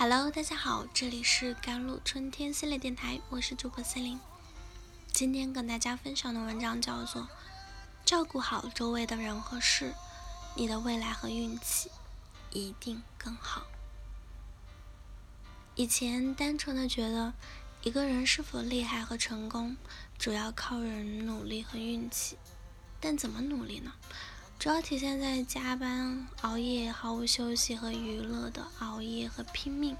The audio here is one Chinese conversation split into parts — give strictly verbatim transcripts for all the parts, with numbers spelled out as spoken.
Hello，大家好，这里是甘露春天系列电台，我是主播森林。今天跟大家分享的文章叫做照顾好周围的人和事，你的未来和运气一定更好。以前单纯的觉得一个人是否厉害和成功主要靠人努力和运气，但怎么努力呢？主要体现在加班、熬夜、毫无休息和娱乐的熬夜和拼命。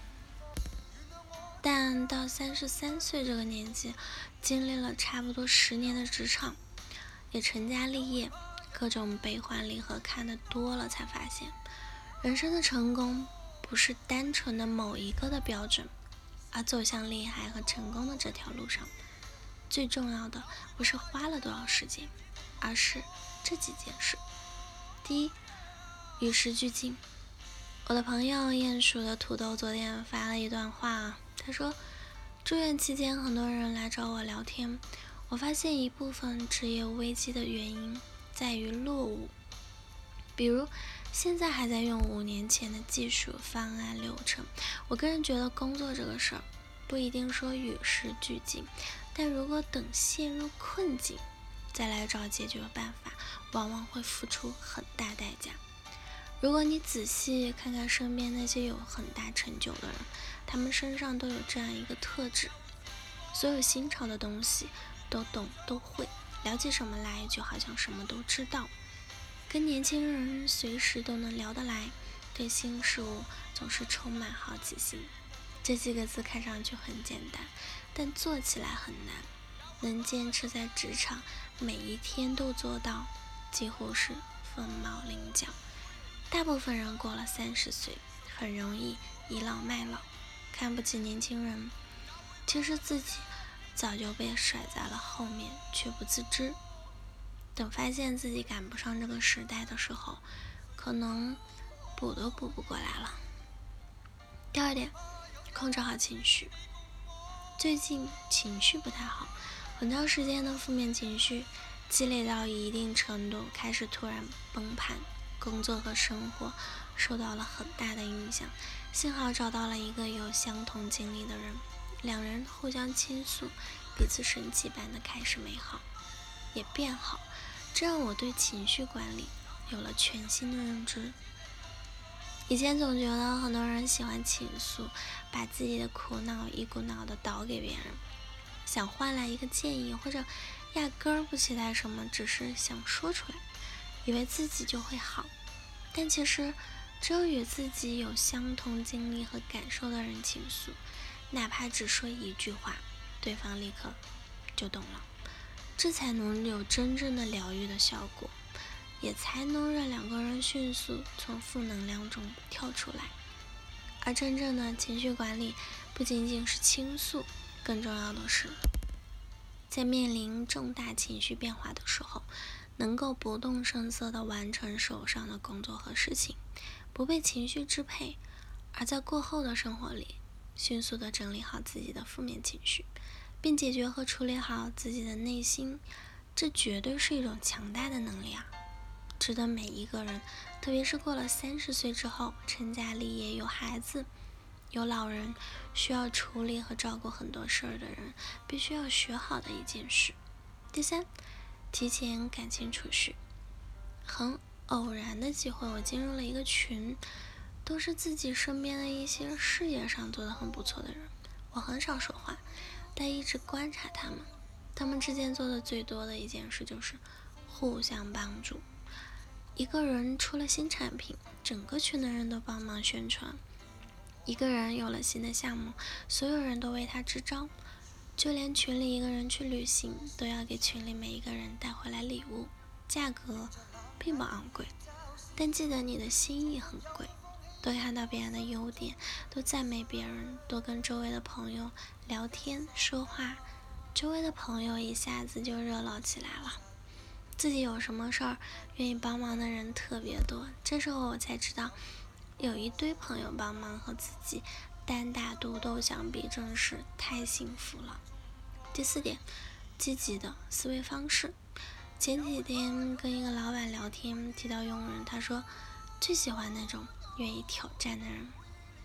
但到三十三岁这个年纪，经历了差不多十年的职场，也成家立业，各种悲欢离合看得多了，才发现人生的成功不是单纯的某一个的标准，而走向厉害和成功的这条路上，最重要的不是花了多少时间，而是这几件事。第一，与时俱进。我的朋友鼹鼠的土豆昨天发了一段话啊，他说住院期间很多人来找我聊天，我发现一部分职业危机的原因在于落伍，比如现在还在用五年前的技术方案流程。我个人觉得工作这个事儿不一定说与时俱进，但如果等陷入困境再来找解决办法，往往会付出很大代价。如果你仔细看看身边那些有很大成就的人，他们身上都有这样一个特质，所有新潮的东西都懂都会，聊起什么来就好像什么都知道，跟年轻人随时都能聊得来，对新事物总是充满好奇心。这几个字看上去很简单，但做起来很难，能坚持在职场每一天都做到，几乎是凤毛麟角。大部分人过了三十岁，很容易倚老卖老，看不起年轻人，其实自己早就被甩在了后面，却不自知。等发现自己赶不上这个时代的时候，可能补都补不过来了。第二点，控制好情绪。最近情绪不太好，很长时间的负面情绪积累到一定程度，开始突然崩盘，工作和生活受到了很大的影响。幸好找到了一个有相同经历的人，两人互相倾诉，彼此神奇般的开始美好，也变好。这让我对情绪管理有了全新的认知。以前总觉得很多人喜欢倾诉，把自己的苦恼一股脑的倒给别人，想换来一个建议，或者压根儿不期待什么，只是想说出来，以为自己就会好。但其实只有与自己有相同经历和感受的人倾诉，哪怕只说一句话，对方立刻就懂了，这才能有真正的疗愈的效果，也才能让两个人迅速从负能量中跳出来。而真正的情绪管理不仅仅是倾诉，更重要的是在面临重大情绪变化的时候，能够不动声色地完成手上的工作和事情，不被情绪支配，而在过后的生活里迅速地整理好自己的负面情绪，并解决和处理好自己的内心，这绝对是一种强大的能力啊，值得每一个人，特别是过了三十岁之后，成家立业，有孩子有老人，需要处理和照顾很多事儿的人，必须要学好的一件事。第三，提前感情储蓄。很偶然的机会，我进入了一个群，都是自己身边的一些事业上做得很不错的人。我很少说话，但一直观察他们，他们之间做的最多的一件事就是互相帮助。一个人出了新产品，整个群的人都帮忙宣传；一个人有了新的项目，所有人都为他支招。就连群里一个人去旅行，都要给群里每一个人带回来礼物，价格并不昂贵，但记得你的心意很贵。多看到别人的优点，多赞美别人，多跟周围的朋友聊天说话，周围的朋友一下子就热闹起来了。自己有什么事儿，愿意帮忙的人特别多。这时候我才知道，有一堆朋友帮忙和自己单打独斗相比，真是太幸福了。第四点，积极的思维方式。前几天跟一个老板聊天，提到用人，他说最喜欢那种愿意挑战的人。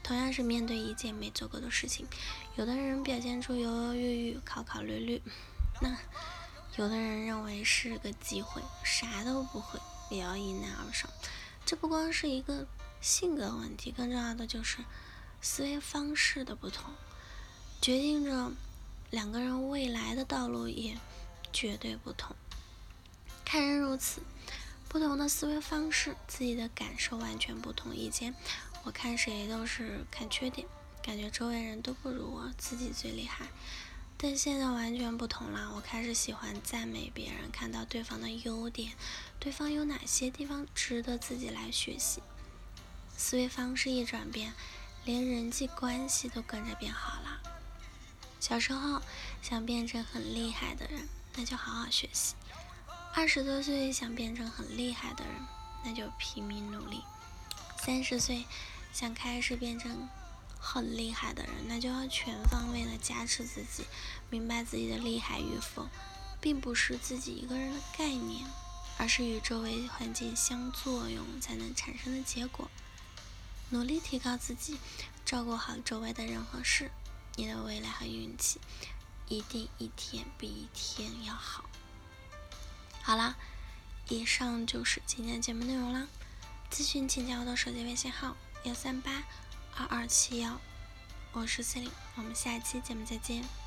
同样是面对一件没做过的事情，有的人表现出犹犹豫豫、考考虑虑，那有的人认为是个机会，啥都不会也要迎难而上。这不光是一个性格问题，更重要的就是思维方式的不同，决定着两个人未来的道路也绝对不同。看人如此，不同的思维方式，自己的感受完全不同。以前我看谁都是看缺点，感觉周围人都不如我，自己最厉害。但现在完全不同了，我开始喜欢赞美别人，看到对方的优点，对方有哪些地方值得自己来学习。思维方式一转变，连人际关系都跟着变好了。小时候想变成很厉害的人，那就好好学习；二十多岁想变成很厉害的人，那就拼命努力；三十岁想开始变成很厉害的人，那就要全方位的加持自己，明白自己的厉害与否，并不是自己一个人的概念，而是与周围环境相作用才能产生的结果。努力提高自己，照顾好周围的人和事，你的未来和运气一定一天比一天要好。好啦，以上就是今天的节目内容啦。咨询请加我的手机微信号幺三八二二七幺，我是 Celine，我们下期节目再见。